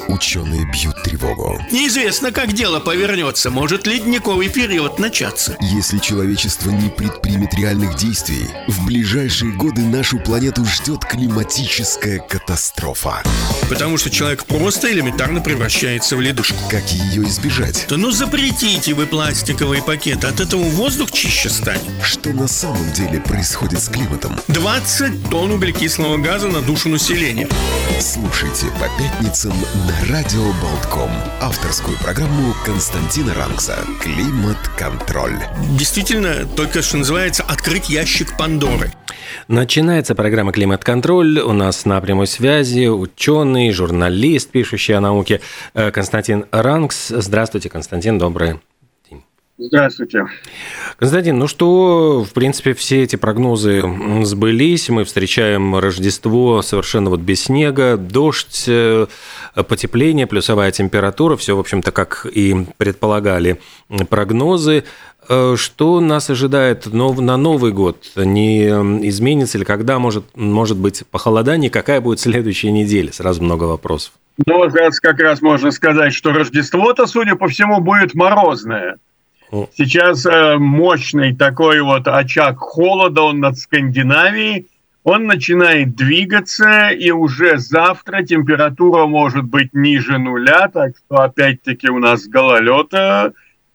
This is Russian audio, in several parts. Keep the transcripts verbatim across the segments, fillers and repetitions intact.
Ученые бьют тревогу. Неизвестно, как дело повернется. Может ледниковый период начаться. Если человечество не предпримет реальных действий, в ближайшие годы нашу планету ждет климатическая катастрофа. Потому что человек просто элементарно превращается в ледушку. Как ее избежать? Да ну запретите вы пластиковые пакеты. От этого воздух чище станет. Что на самом деле происходит с климатом? двадцать тонн углекислого газа на душу населения. Слушайте по пятницам на Радио Болтком авторскую программу Константина Рангса «Климат-контроль». Действительно, только что называется «Открыть ящик Пандоры». Начинается программа «Климат-контроль». У нас на прямой связи ученый, журналист, пишущий о науке Константин Рангс. Здравствуйте, Константин, добрый день. Здравствуйте. Константин, ну что, в принципе, все эти прогнозы сбылись. Мы встречаем Рождество совершенно вот без снега, дождь, потепление, плюсовая температура. Все, в общем-то, как и предполагали прогнозы. Что нас ожидает на Новый год? Не изменится ли, когда может, может быть похолодание? Какая будет следующая неделя? Сразу много вопросов. Ну, как раз можно сказать, что Рождество-то, судя по всему, будет морозное. Сейчас э, мощный такой вот очаг холода, он над Скандинавией, он начинает двигаться, и уже завтра температура может быть ниже нуля, так что опять-таки у нас гололед. Э,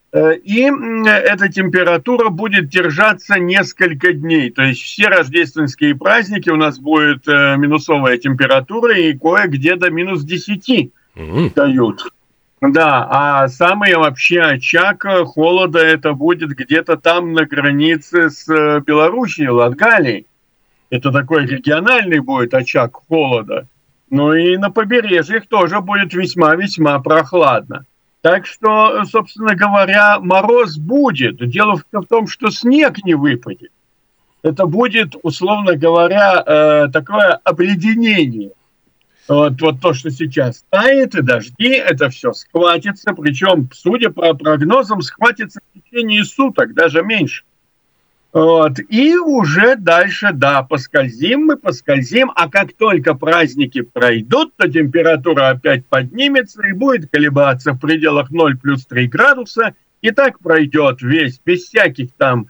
и э, эта температура будет держаться несколько дней, то есть все рождественские праздники у нас будет э, минусовая температура, и кое-где до минус десяти mm-hmm. дают. Да, а самый вообще очаг холода это будет где-то там на границе с Белоруссией, Латгалией. Это такой региональный будет очаг холода. Ну и на побережьях тоже будет весьма-весьма прохладно. Так что, собственно говоря, мороз будет. Дело в том, что снег не выпадет. Это будет, условно говоря, такое обледенение. Вот, вот то, что сейчас тает, и дожди, это все схватится, причем, судя по прогнозам, схватится в течение суток, даже меньше. Вот, и уже дальше, да, поскользим мы, поскользим, а как только праздники пройдут, то температура опять поднимется и будет колебаться в пределах ноль плюс три градуса, и так пройдет весь, без всяких там...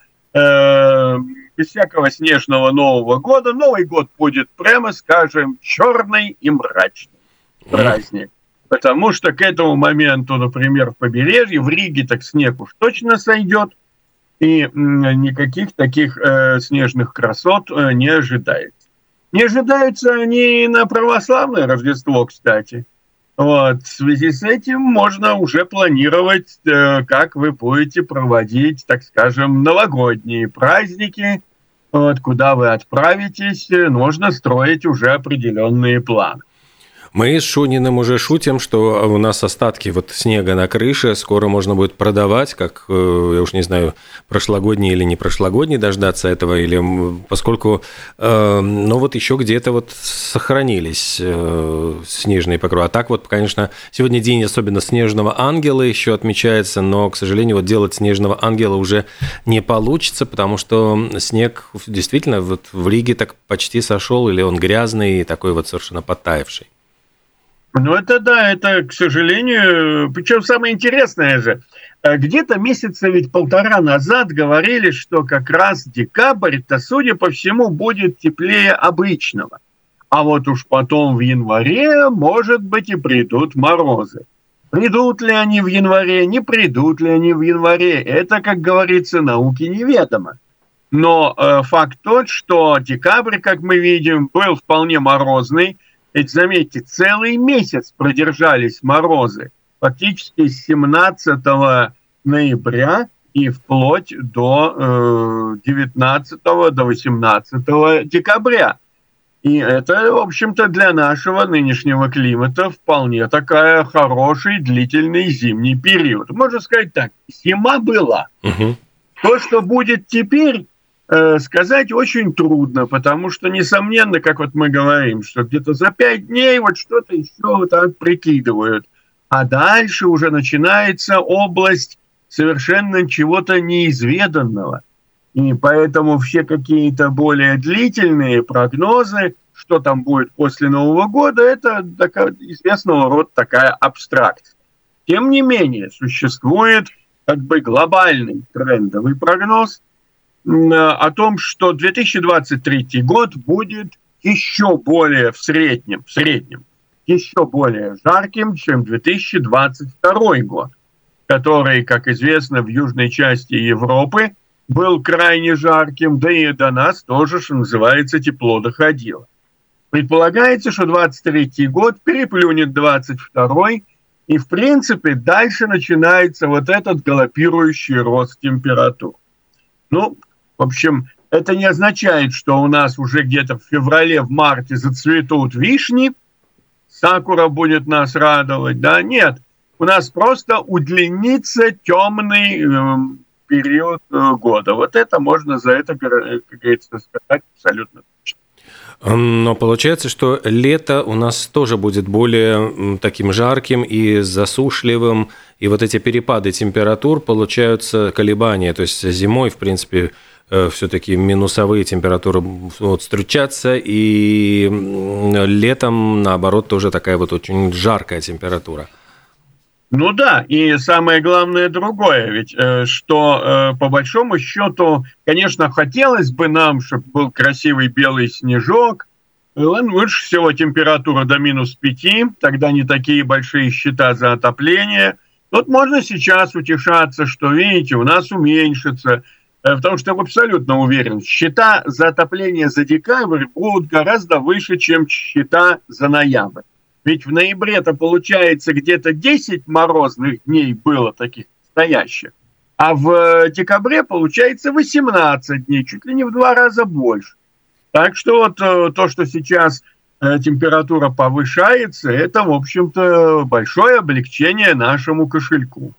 Э- без всякого снежного Нового года. Новый год будет, прямо скажем, черный и мрачный праздник. Потому что к этому моменту, например, в побережье, в Риге так снег уж точно сойдет, и м, никаких таких э, снежных красот э, не ожидается. Не ожидаются они на православное Рождество, кстати. Вот. В связи с этим можно уже планировать, э, как вы будете проводить, так скажем, новогодние праздники. Вот, куда вы отправитесь, нужно строить уже определенные планы. Мы с Шуниным уже шутим, что у нас остатки вот снега на крыше скоро можно будет продавать, как, я уж не знаю, прошлогодний или не прошлогодний, дождаться этого, или поскольку, ну вот еще где-то вот сохранились снежные покровы. А так вот, конечно, сегодня день особенно снежного ангела еще отмечается, но, к сожалению, вот делать снежного ангела уже не получится, потому что снег действительно вот в Риге так почти сошел, или он грязный, такой вот совершенно подтаявший. Ну, это да, это, к сожалению, причем самое интересное же, где-то месяца ведь полтора назад говорили, что как раз декабрь-то, судя по всему, будет теплее обычного. А вот уж потом в январе, может быть, и придут морозы. Придут ли они в январе, не придут ли они в январе, это, как говорится, науке неведомо. Но э, факт тот, что декабрь, как мы видим, был вполне морозный. Ведь, заметьте, целый месяц продержались морозы, фактически с семнадцатого ноября и вплоть до э, девятнадцатого, до восемнадцатого декабря. И это, в общем-то, для нашего нынешнего климата вполне такая хороший длительный зимний период. Можно сказать так, зима была. Угу. То, что будет теперь... сказать очень трудно, потому что, несомненно, как вот мы говорим, что где-то за пять дней вот что-то еще вот так прикидывают, а дальше уже начинается область совершенно чего-то неизведанного. И поэтому все какие-то более длительные прогнозы, что там будет после Нового года, это такая, известного рода такая абстракция. Тем не менее, существует как бы глобальный трендовый прогноз о том, что две тысячи двадцать третий год будет еще более в среднем, в среднем, еще более жарким, чем две тысячи двадцать второй год, который, как известно, в южной части Европы был крайне жарким, да и до нас тоже, что называется, тепло доходило. Предполагается, что двадцать третий год переплюнет двадцать второй, и, в принципе, дальше начинается вот этот галопирующий рост температур. Ну, в общем, это не означает, что у нас уже где-то в феврале, в марте зацветут вишни, сакура будет нас радовать, да, нет. У нас просто удлинится темный э, период э, года. Вот это можно за это, как говорится, сказать абсолютно точно. Но получается, что лето у нас тоже будет более таким жарким и засушливым, и вот эти перепады температур получаются колебания, то есть зимой, в принципе, все-таки минусовые температуры вот встречаться, и летом, наоборот, тоже такая вот очень жаркая температура. Ну да, и самое главное другое, ведь что по большому счету, конечно, хотелось бы нам, чтобы был красивый белый снежок, лучше всего температура до минус пяти, тогда не такие большие счета за отопление. Тут можно сейчас утешаться, что, видите, у нас уменьшится, потому что я абсолютно уверен, счета за отопление за декабрь будут гораздо выше, чем счета за ноябрь. Ведь в ноябре-то, получается, где-то десять морозных дней было таких настоящих, а в декабре, получается, восемнадцать дней, чуть ли не в два раза больше. Так что вот то, что сейчас температура повышается, это, в общем-то, большое облегчение нашему кошельку.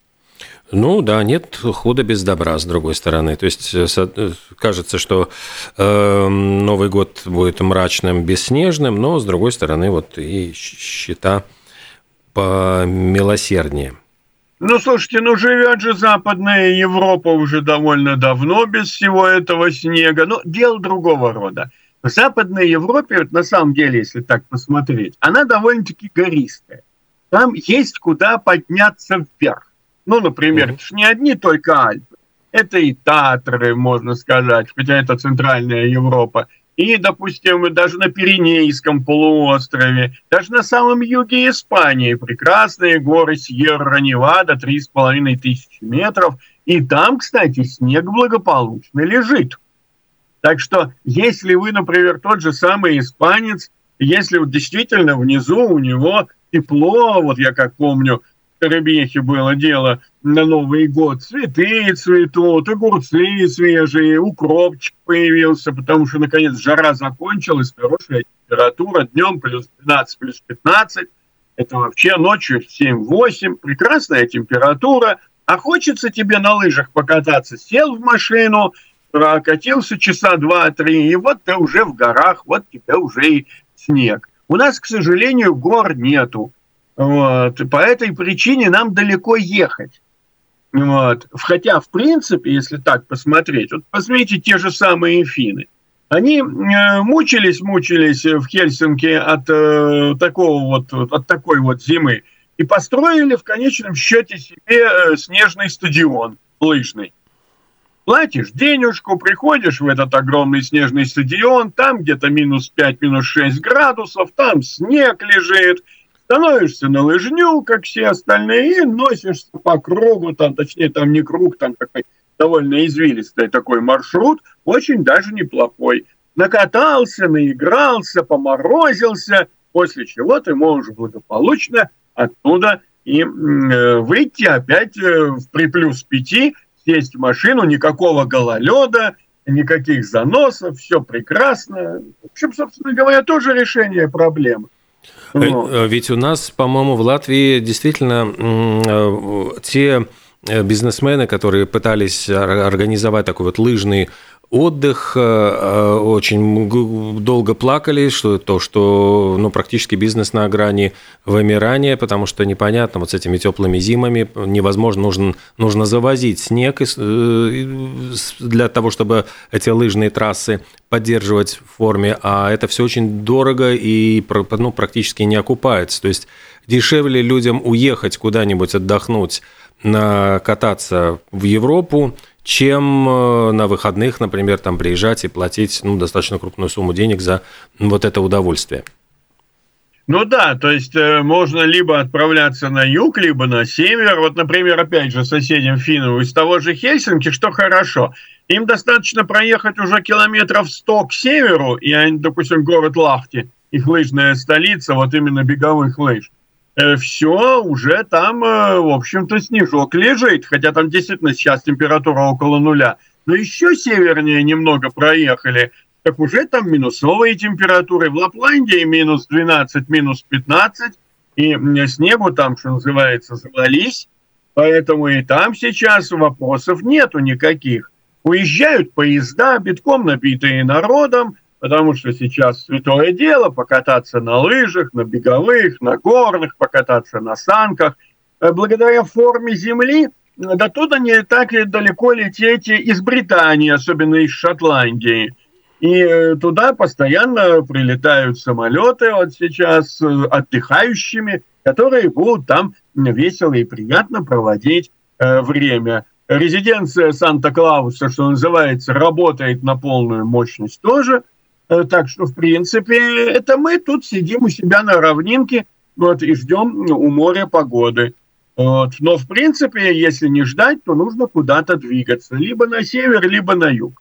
Ну да, нет худа без добра, с другой стороны. То есть кажется, что э, Новый год будет мрачным, бесснежным, но с другой стороны вот и счета помилосерднее. Ну, слушайте, ну живет же Западная Европа уже довольно давно без всего этого снега. Но дело другого рода. В Западной Европе, вот на самом деле, если так посмотреть, она довольно-таки гористая. Там есть куда подняться вверх. Ну, например, mm-hmm. это же не одни только Альпы. Это и Татры, можно сказать, хотя это Центральная Европа. И, допустим, даже на Пиренейском полуострове, даже на самом юге Испании прекрасные горы Сьерра-Невада, три с половиной тысячи метров. И там, кстати, снег благополучно лежит. Так что, если вы, например, тот же самый испанец, если вот действительно внизу у него тепло, вот я как помню, в Теребехе было дело на Новый год, цветы цветут, огурцы свежие, укропчик появился, потому что, наконец, жара закончилась, хорошая температура, днем плюс двенадцать, плюс пятнадцать, это вообще ночью семь-восемь, прекрасная температура, а хочется тебе на лыжах покататься, сел в машину, прокатился часа два-три, и вот ты уже в горах, вот тебе уже и снег. У нас, к сожалению, гор нету. Вот. По этой причине нам далеко ехать. Вот. Хотя, в принципе, если так посмотреть, вот посмотрите те же самые финны. Они э, мучились, мучились в Хельсинки от, э, такого вот, от такой вот зимы и построили в конечном счете себе э, снежный стадион лыжный. Платишь денежку, приходишь в этот огромный снежный стадион, там где-то минус пять, минус шесть градусов, там снег лежит, становишься на лыжню, как все остальные, и носишься по кругу, там, точнее, там не круг, там такой довольно извилистый такой маршрут, очень даже неплохой. Накатался, наигрался, поморозился, после чего ты можешь благополучно оттуда и э, выйти опять э, при плюс пяти, сесть в машину, никакого гололеда, никаких заносов, все прекрасно. В общем, собственно говоря, тоже решение проблемы. Вот. Ведь у нас, по-моему, в Латвии действительно те бизнесмены, которые пытались организовать такой вот лыжный отдых. Очень долго плакали, что то, что ну, практически бизнес на грани вымирания, потому что непонятно, вот с этими теплыми зимами невозможно, нужно, нужно завозить снег для того, чтобы эти лыжные трассы поддерживать в форме, а это все очень дорого и ну, практически не окупается. То есть дешевле людям уехать куда-нибудь отдохнуть, кататься в Европу, чем на выходных, например, там приезжать и платить ну, достаточно крупную сумму денег за вот это удовольствие. Ну да, то есть э, можно либо отправляться на юг, либо на север. Вот, например, опять же, соседям финнам из того же Хельсинки, что хорошо. Им достаточно проехать уже километров сто к северу, и, они, допустим, город Лахти, их лыжная столица, вот именно беговых лыж. Э, все, уже там, э, в общем-то, снежок лежит, хотя там действительно сейчас температура около нуля. Но еще севернее немного проехали, так уже там минусовые температуры. В Лапландии минус двенадцать, минус пятнадцать, и снегу там, что называется, завались. Поэтому и там сейчас вопросов нету никаких. Уезжают поезда, битком набитые народом, потому что сейчас святое дело покататься на лыжах, на беговых, на горных, покататься на санках. Благодаря форме земли до туда не так и далеко лететь из Британии, особенно из Шотландии. И туда постоянно прилетают самолеты вот сейчас с отдыхающими, которые будут там весело и приятно проводить э, время. Резиденция Санта-Клауса, что называется, работает на полную мощность тоже. Э, так что, в принципе, это мы тут сидим у себя на равнинке вот, и ждем у моря погоды. Вот. Но, в принципе, если не ждать, то нужно куда-то двигаться. Либо на север, либо на юг.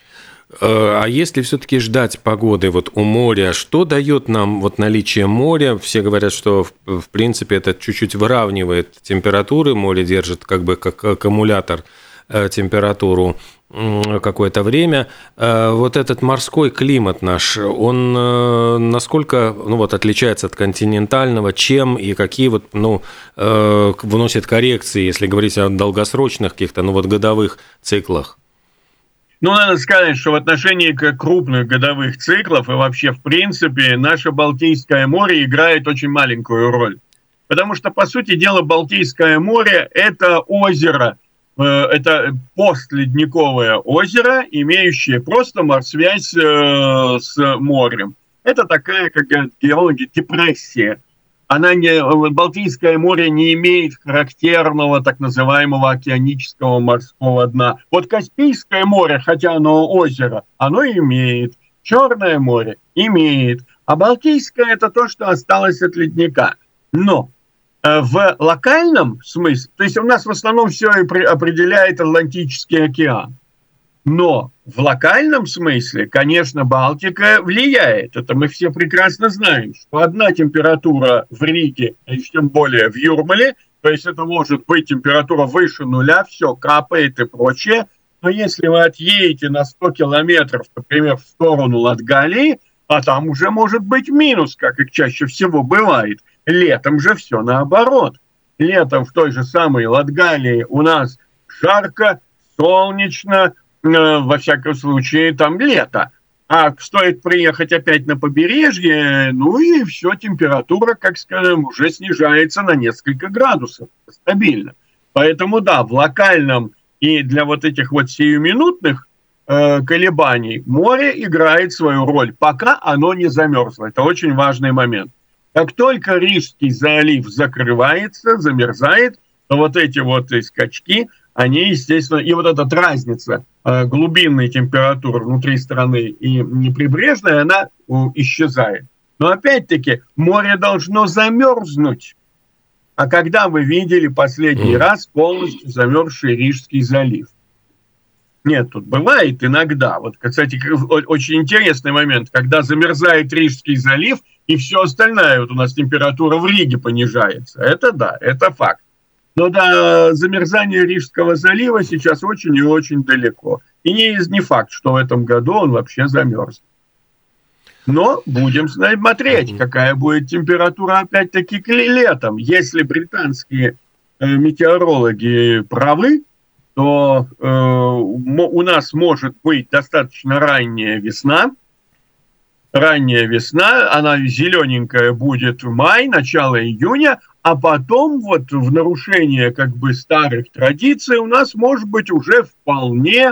А если все-таки ждать погоды вот у моря, что дает нам вот наличие моря? Все говорят, что в принципе это чуть-чуть выравнивает температуры, море держит как бы как аккумулятор температуру какое-то время. Вот этот морской климат наш, он насколько ну, вот, отличается от континентального, чем и какие вот, ну, вносит коррекции, если говорить о долгосрочных каких-то ну, вот, годовых циклах? Ну, надо сказать, что в отношении к крупных годовых циклов и вообще, в принципе, наше Балтийское море играет очень маленькую роль. Потому что, по сути дела, Балтийское море – это озеро, э, это постледниковое озеро, имеющее просто морсвязь э, с морем. Это такая, как говорят геологи, депрессия. Она не, Балтийское море не имеет характерного так называемого океанического морского дна. Вот Каспийское море, хотя оно озеро, оно имеет. Черное море имеет. А Балтийское – это то, что осталось от ледника. Но э, в локальном смысле, то есть у нас в основном все определяет Атлантический океан. Но в локальном смысле, конечно, Балтика влияет. Это мы все прекрасно знаем, что одна температура в Риге, и тем более в Юрмале, то есть это может быть температура выше нуля, все капает и прочее. Но если вы отъедете на сто километров, например, в сторону Латгалии, а там уже может быть минус, как и чаще всего бывает. Летом же все наоборот. Летом в той же самой Латгалии у нас жарко, солнечно, во всяком случае, там лето. А стоит приехать опять на побережье, ну и все, температура, как скажем, уже снижается на несколько градусов стабильно. Поэтому да, в локальном и для вот этих вот сиюминутных э, колебаний море играет свою роль, пока оно не замерзло. Это очень важный момент. Как только Рижский залив закрывается, замерзает, то вот эти вот скачки, они, естественно, и вот эта разница э, глубинной температуры внутри страны и прибрежной, она э, исчезает. Но опять-таки море должно замерзнуть. А когда вы видели последний mm. раз полностью замерзший Рижский залив? Нет, тут бывает иногда. Вот, кстати, очень интересный момент, когда замерзает Рижский залив, и все остальное, вот у нас температура в Риге понижается. Это да, это факт. Но до замерзания Рижского залива сейчас очень и очень далеко. И не, не факт, что в этом году он вообще замерз. Но будем смотреть, какая будет температура опять-таки летом. Если британские метеорологи правы, то э, у нас может быть достаточно ранняя весна. Ранняя весна, она зелененькая будет в мае, начало июня, а потом вот в нарушение как бы старых традиций у нас может быть уже вполне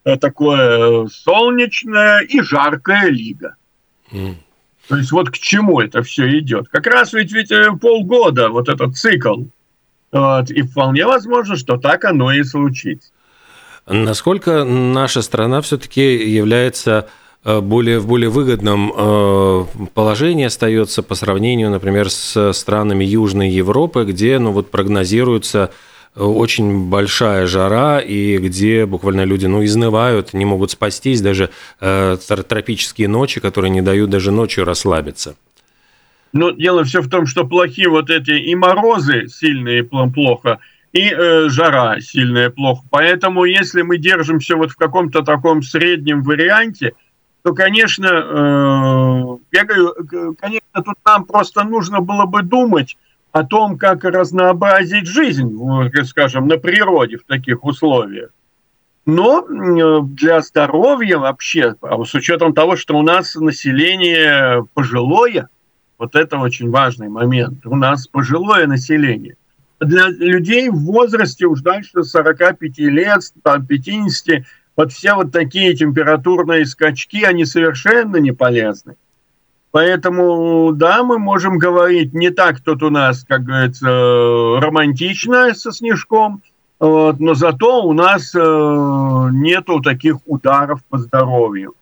такое солнечное и жаркая лига. Mm. То есть вот к чему это все идет. Как раз ведь, ведь полгода вот этот цикл. Вот, и вполне возможно, что так оно и случится. Насколько наша страна все-таки является более, в более выгодном положении остается по сравнению, например, с странами Южной Европы, где ну, вот прогнозируется очень большая жара, и где буквально люди ну, изнывают, не могут спастись, даже э, тропические ночи, которые не дают даже ночью расслабиться. Но дело все в том, что плохие вот эти и морозы сильные плохо, и э, жара сильная плохо. Поэтому если мы держимся вот в каком-то таком среднем варианте, то, конечно, э, я говорю, конечно, тут нам просто нужно было бы думать о том, как разнообразить жизнь, скажем, на природе в таких условиях. Но для здоровья вообще, с учетом того, что у нас население пожилое, вот это очень важный момент, у нас пожилое население. Для людей в возрасте уж дальше сорока пяти лет, пятидесяти, вот все вот такие температурные скачки, они совершенно не полезны. Поэтому, да, мы можем говорить не так тут у нас, как говорится, романтично со снежком, вот, но зато у нас э, нету таких ударов по здоровью.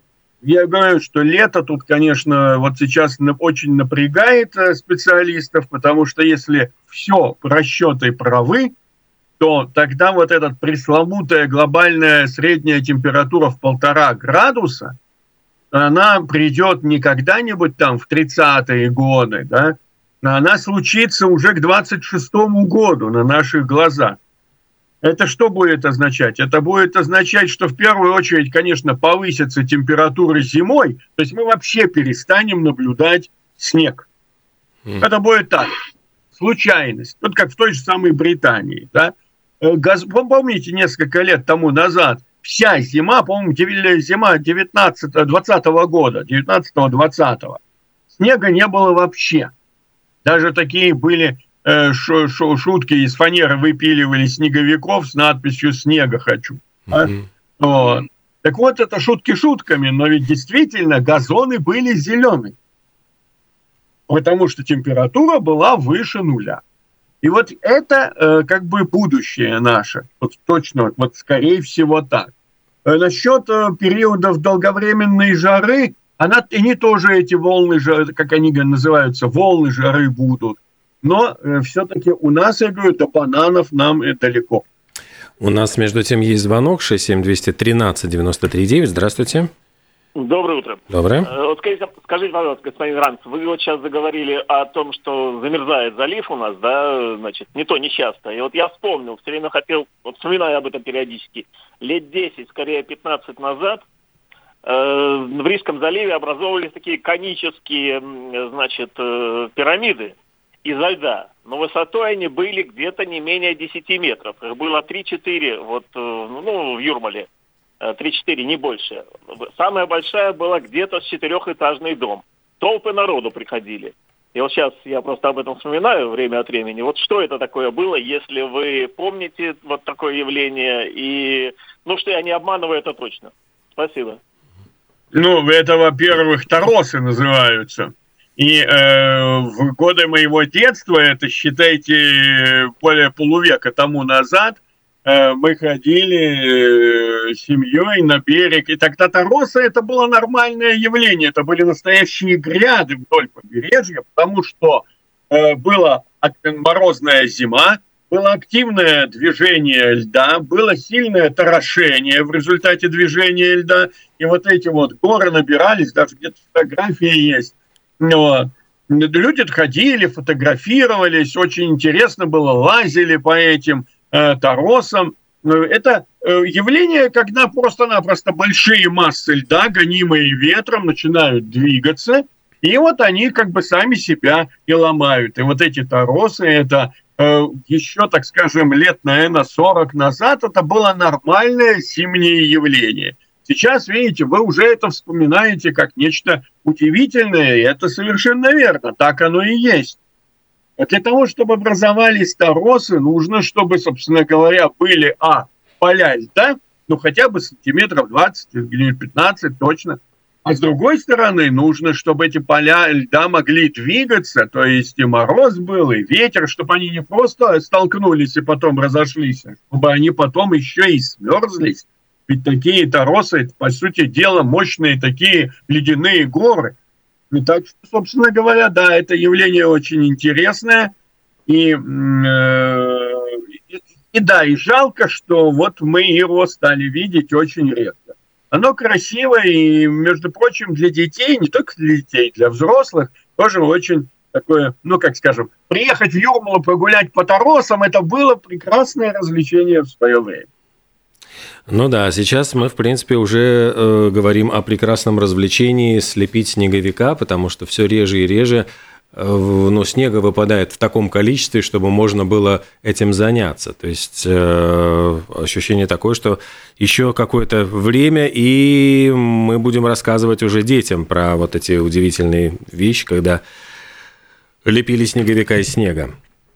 Я говорю, что лето тут, конечно, вот сейчас очень напрягает специалистов, потому что если все расчеты правы, то тогда вот эта пресловутая глобальная средняя температура в полтора градуса, она придет не когда-нибудь там в тридцатые годы, да, а она случится уже к двадцать шестому году на наших глазах. Это что будет означать? Это будет означать, что в первую очередь, конечно, повысится температура зимой, то есть мы вообще перестанем наблюдать снег. Mm. Это будет так, случайность. Вот как в той же самой Британии, да. Газ... Помните, несколько лет тому назад вся зима, по-моему, зима девятнадцатого-двадцатого года, девятнадцатого-двадцатого, снега не было вообще. Даже такие были э, ш- ш- шутки, из фанеры выпиливали снеговиков с надписью «Снега хочу». Mm-hmm. А? Вот. Так вот, это шутки шутками, но ведь действительно газоны были зеленые, потому что температура была выше нуля. И вот это э, как бы будущее наше. Вот точно, вот скорее всего так. Э, насчет э, периодов долговременной жары, она, они тоже эти волны жары, как они называются, волны жары будут. Но э, все-таки у нас, я говорю, до бананов нам э, далеко. У нас, между тем, есть звонок шесть семь двести тринадцать девяносто три девять. Здравствуйте. Доброе утро. Доброе. Вот скажите, скажите, пожалуйста, господин Ранц, вы вот сейчас заговорили о том, что замерзает залив у нас, да, значит, не то, не часто. И вот я вспомнил, все время хотел, вот вспоминаю об этом периодически, лет десять, скорее пятнадцать назад э, в Рижском заливе образовывались такие конические, значит, э, пирамиды изо льда. Но высотой они были где-то не менее десяти метров. Их было три-четыре вот, э, ну, в Юрмале. три-четыре, не больше. Самая большая была где-то четырехэтажный дом. Толпы народу приходили. И вот сейчас я просто об этом вспоминаю время от времени. Вот что это такое было, если вы помните вот такое явление? И, ну, что я не обманываю, это точно. Спасибо. Ну, это, во-первых, торосы называются. И э, в годы моего детства, это, считайте, более полувека тому назад, мы ходили с семьей на берег, и тогда торосы это было нормальное явление, это были настоящие гряды вдоль побережья, потому что э, была морозная зима, было активное движение льда, было сильное торошение в результате движения льда, и вот эти вот горы набирались, даже где-то фотографии есть. Вот. Люди ходили, фотографировались, очень интересно было, лазили по этим торосом. Это явление, когда просто-напросто большие массы льда, гонимые ветром, начинают двигаться, и вот они как бы сами себя и ломают. И вот эти торосы – это еще, так скажем, лет, наверное, сорок назад это было нормальное зимнее явление. Сейчас, видите, вы уже это вспоминаете как нечто удивительное, и это совершенно верно, так оно и есть. Для того, чтобы образовались торосы, нужно, чтобы, собственно говоря, были, а, поля льда, ну, хотя бы сантиметров двадцать или пятнадцать точно. А с другой стороны, нужно, чтобы эти поля льда могли двигаться, то есть и мороз был, и ветер, чтобы они не просто столкнулись и потом разошлись, а чтобы они потом еще и смерзлись. Ведь такие торосы, это, по сути дела, мощные такие ледяные горы. И так что, собственно говоря, да, это явление очень интересное. И, э, и, и да, и жалко, что вот мы его стали видеть очень редко. Оно красивое, и, между прочим, для детей, не только для детей, для взрослых, тоже очень такое, ну, как скажем, приехать в Юрмалу, прогулять по торосам, это было прекрасное развлечение в свое время. Ну да, сейчас мы, в принципе, уже э, говорим о прекрасном развлечении слепить снеговика, потому что все реже и реже э, ну, снега выпадает в таком количестве, чтобы можно было этим заняться. То есть э, ощущение такое, что еще какое-то время, и мы будем рассказывать уже детям про вот эти удивительные вещи, когда лепили снеговика из снега.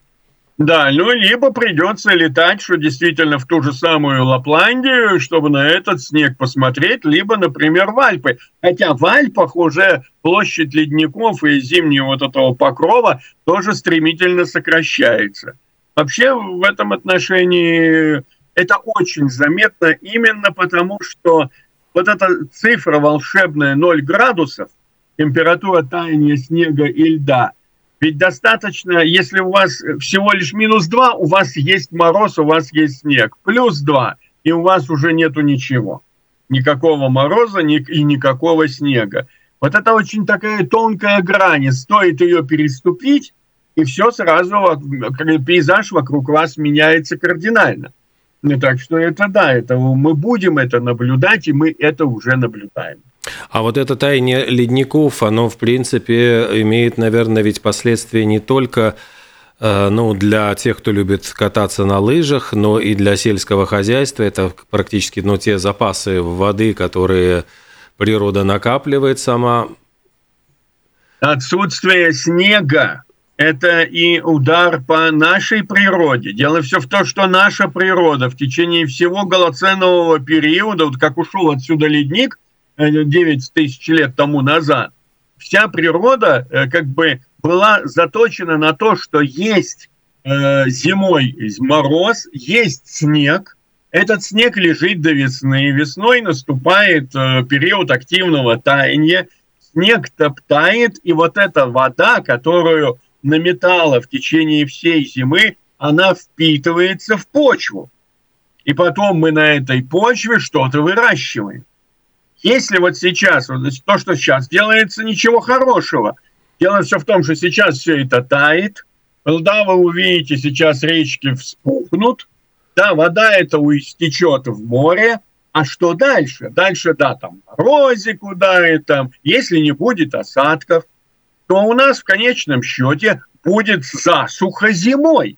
Да, ну, либо придется летать, что действительно в ту же самую Лапландию, чтобы на этот снег посмотреть, либо, например, в Альпы. Хотя в Альпах уже площадь ледников и зимнего вот этого покрова тоже стремительно сокращается. Вообще в этом отношении это очень заметно именно потому, что вот эта цифра волшебная ноль градусов, температура таяния снега и льда, ведь достаточно, если у вас всего лишь минус два, у вас есть мороз, у вас есть снег. Плюс два, и у вас уже нету ничего. Никакого мороза и никакого снега. Вот это очень такая тонкая грань. Стоит ее переступить, и все сразу, пейзаж вокруг вас меняется кардинально. Так что это да, это мы будем это наблюдать, и мы это уже наблюдаем. А вот это таяние ледников, оно, в принципе, имеет, наверное, ведь последствия не только ну, для тех, кто любит кататься на лыжах, но и для сельского хозяйства. Это практически ну, те запасы воды, которые природа накапливает сама. Отсутствие снега – это и удар по нашей природе. Дело все в том, что наша природа в течение всего голоценового периода, вот как ушел отсюда ледник, девять тысяч лет тому назад, вся природа э, как бы была заточена на то, что есть э, зимой мороз, есть снег. Этот снег лежит до весны. Весной наступает э, период активного таяния. Снег топтает, и вот эта вода, которую наметала в течение всей зимы, она впитывается в почву. И потом мы на этой почве что-то выращиваем. Если вот сейчас, вот то, что сейчас делается, ничего хорошего. Дело все в том, что сейчас все это тает. Да, вы увидите, сейчас речки вспухнут. Да, вода эта истечет в море. А что дальше? Дальше, да, там морозик ударит, там, если не будет осадков, то у нас в конечном счете будет засуха зимой.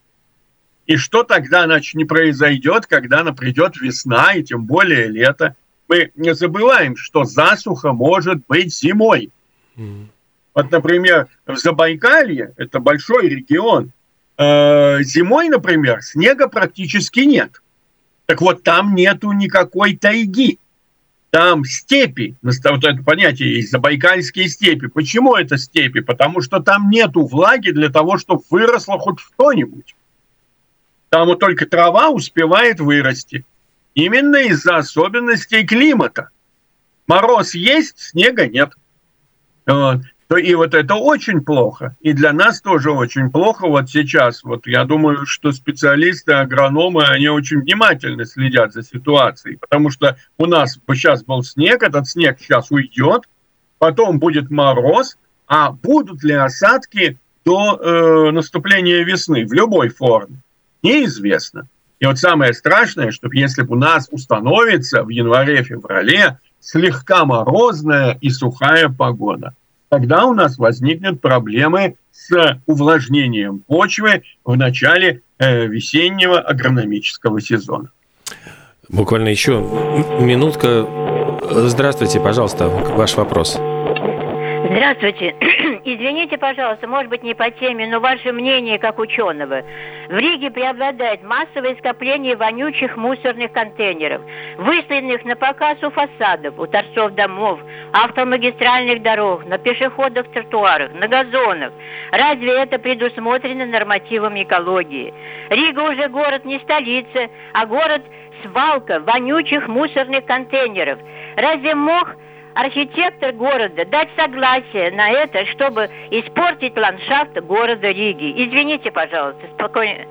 И что тогда, значит, не произойдет, когда придет весна и тем более лето? Мы не забываем, что засуха может быть зимой. Mm. Вот, например, в Забайкалье, это большой регион, э, зимой, например, снега практически нет. Так вот, там нету никакой тайги. Там степи, вот это понятие есть, забайкальские степи. Почему это степи? Потому что там нету влаги для того, чтобы выросло хоть что-нибудь. Там вот только трава успевает вырасти. Именно из-за особенностей климата. Мороз есть, снега нет. Вот. И вот это очень плохо. И для нас тоже очень плохо вот сейчас. Вот я думаю, что специалисты, агрономы, они очень внимательно следят за ситуацией. Потому что у нас сейчас был снег, этот снег сейчас уйдет, потом будет мороз, а будут ли осадки до э, наступления весны в любой форме? Неизвестно. И вот самое страшное, что если бы у нас установится в январе-феврале слегка морозная и сухая погода, тогда у нас возникнут проблемы с увлажнением почвы в начале э, весеннего агрономического сезона. Буквально еще минутка. Здравствуйте, пожалуйста, ваш вопрос. Здравствуйте. Извините, пожалуйста, может быть, не по теме, но ваше мнение как ученого. В Риге преобладает массовое скопление вонючих мусорных контейнеров, выставленных на показ у фасадов, у торцов домов, автомагистральных дорог, на пешеходных тротуарах, на газонах. Разве это предусмотрено нормативами экологии? Рига уже город не столица, а город-свалка вонючих мусорных контейнеров. Разве мог архитектор города дать согласие на это, чтобы испортить ландшафт города Риги? Извините, пожалуйста, спокойно.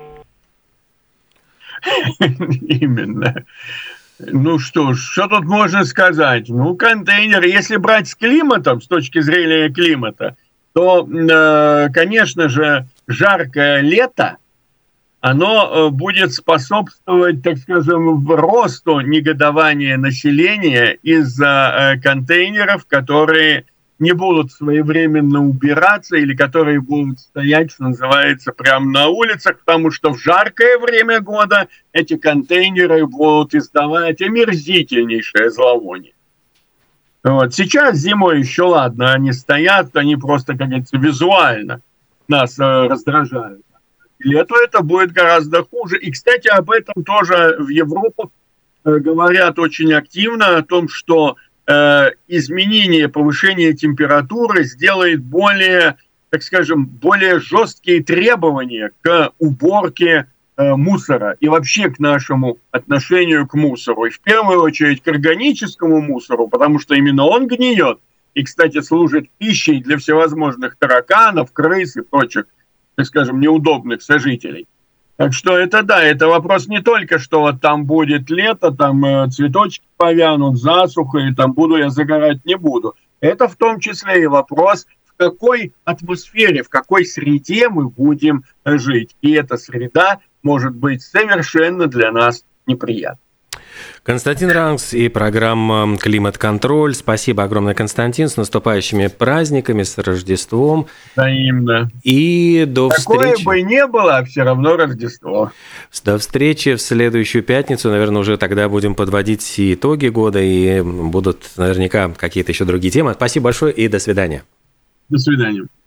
Именно. Ну что ж, что тут можно сказать? Ну, контейнер, если брать с климатом, с точки зрения климата, то, э, конечно же, жаркое лето, оно будет способствовать, так скажем, росту негодования населения из-за контейнеров, которые не будут своевременно убираться или которые будут стоять, что называется, прямо на улицах, потому что в жаркое время года эти контейнеры будут издавать омерзительнейшее зловоние. Вот. Сейчас зимой еще ладно, они стоят, они просто, как говорится, визуально нас э, раздражают. Лету это будет гораздо хуже. И, кстати, об этом тоже в Европе э, говорят очень активно, о том, что э, изменение, повышение температуры сделает более, так скажем, более жесткие требования к уборке э, мусора и вообще к нашему отношению к мусору. И в первую очередь к органическому мусору, потому что именно он гниет и, кстати, служит пищей для всевозможных тараканов, крыс и прочих, так скажем, неудобных сожителей. Так что это да, это вопрос не только, что вот там будет лето, там э, цветочки повянут, засуха, и там буду я загорать, не буду. Это в том числе и вопрос, в какой атмосфере, в какой среде мы будем жить. И эта среда может быть совершенно для нас неприятной. Константин Ранкс и программа «Климат-контроль». Спасибо огромное, Константин. С наступающими праздниками, с Рождеством. Взаимно. И до Какое встречи. бы ни было, все равно Рождество. До встречи в следующую пятницу. Наверное, уже тогда будем подводить итоги года, и будут наверняка какие-то еще другие темы. Спасибо большое и до свидания. До свидания.